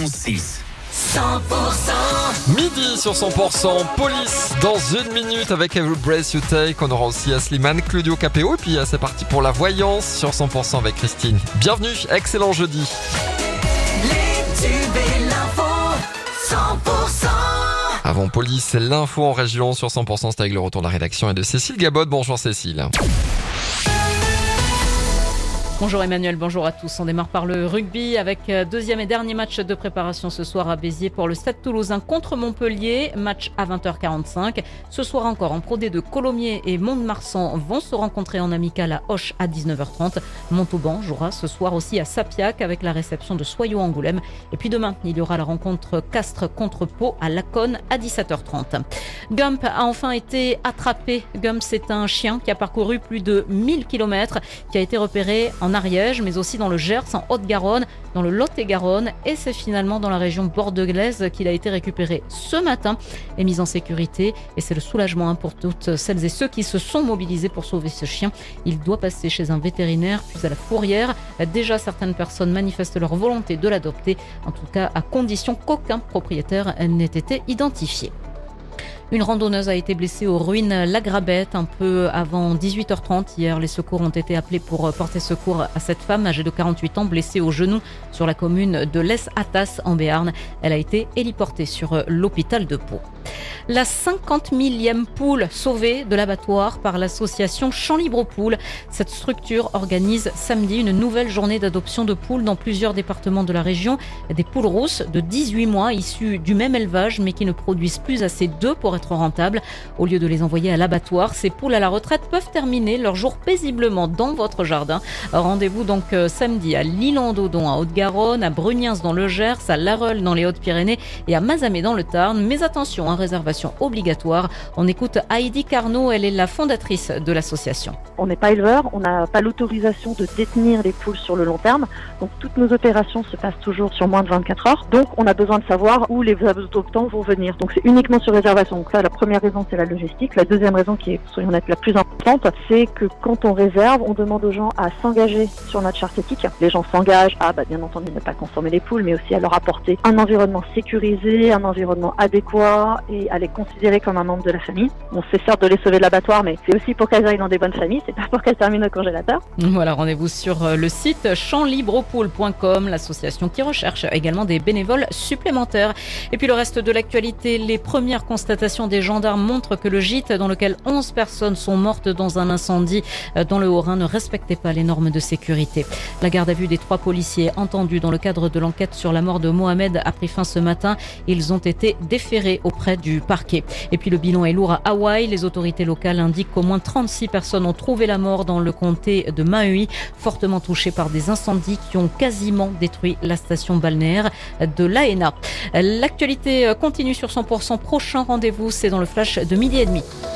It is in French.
11-6. 100%. Midi sur 100%, police dans une minute avec Every Breath You Take. On aura aussi Slimane, Claudio Capéo. Et puis c'est parti pour la voyance sur 100% avec Christine. Bienvenue, excellent jeudi. Les tubes et l'info, 100%. Avant police, l'info en région sur 100%, c'est avec le retour de la rédaction et de Cécile Gabot. Bonjour Cécile. Bonjour Emmanuel, bonjour à tous. On démarre par le rugby avec deuxième et dernier match de préparation ce soir à Béziers pour le Stade Toulousain contre Montpellier. Match à 20h45. Ce soir encore en Pro D2, Colomiers et Mont-de-Marsan vont se rencontrer en amical à Auch à 19h30. Montauban jouera ce soir aussi à Sapiac avec la réception de Soyaux-Angoulême. Et puis demain, il y aura la rencontre Castres contre Pau à Laconne à 17h30. Gump a enfin été attrapé. Gump, c'est un chien qui a parcouru plus de 1000 km, qui a été repéré en Ariège, mais aussi dans le Gers, en Haute-Garonne, dans le Lot-et-Garonne, et c'est finalement dans la région bordelaise qu'il a été récupéré ce matin et mis en sécurité. Et c'est le soulagement pour toutes celles et ceux qui se sont mobilisés pour sauver ce chien. Il doit passer chez un vétérinaire, puis à la fourrière. Déjà, certaines personnes manifestent leur volonté de l'adopter, en tout cas à condition qu'aucun propriétaire n'ait été identifié. Une randonneuse a été blessée aux ruines La Grabette un peu avant 18h30. Hier, les secours ont été appelés pour porter secours à cette femme âgée de 48 ans blessée au genou sur la commune de Les-Atas en Béarn. Elle a été héliportée sur l'hôpital de Pau. La 50 millième poule sauvée de l'abattoir par l'association Champs Libre aux Poules. Cette structure organise samedi une nouvelle journée d'adoption de poules dans plusieurs départements de la région. Des poules rousses de 18 mois issues du même élevage mais qui ne produisent plus assez d'œufs pour être rentables. Au lieu de les envoyer à l'abattoir, ces poules à la retraite peuvent terminer leur jour paisiblement dans votre jardin. Rendez-vous donc samedi à L'Île-en-Dodon en Haute-Garonne, à Bruniens dans le Gers, à Larreule dans les Hautes-Pyrénées et à Mazamet dans le Tarn. Mais attention, réservation obligatoire. On écoute Heidi Carnot, elle est la fondatrice de l'association. On n'est pas éleveur, on n'a pas l'autorisation de détenir les poules sur le long terme. Donc toutes nos opérations se passent toujours sur moins de 24 heures. Donc on a besoin de savoir où les adoptants vont venir. Donc c'est uniquement sur réservation. Donc ça, la première raison, c'est la logistique. La deuxième raison, qui est, soyons honnêtes, la plus importante, c'est que quand on réserve, on demande aux gens à s'engager sur notre charte éthique. Les gens s'engagent à, bien entendu, ne pas consommer les poules, mais aussi à leur apporter un environnement sécurisé, un environnement adéquat et à les considérer comme un membre de la famille. On sait certes de les sauver de l'abattoir, mais c'est aussi pour qu'elles aillent dans des bonnes familles, c'est pas pour qu'elles terminent au congélateur. Voilà, rendez-vous sur le site champslibreauxpoules.com, l'association qui recherche également des bénévoles supplémentaires. Et puis le reste de l'actualité, les premières constatations des gendarmes montrent que le gîte dans lequel 11 personnes sont mortes dans un incendie dans le Haut-Rhin ne respectait pas les normes de sécurité. La garde à vue des 3 policiers entendus dans le cadre de l'enquête sur la mort de Mohamed a pris fin ce matin. Ils ont été déférés auprès du parquet. Et puis le bilan est lourd à Hawaï. Les autorités locales indiquent qu'au moins 36 personnes ont trouvé la mort dans le comté de Maui, fortement touché par des incendies qui ont quasiment détruit la station balnéaire de Lahaina. L'actualité continue sur 100%. Prochain rendez-vous, c'est dans le flash de 12h30.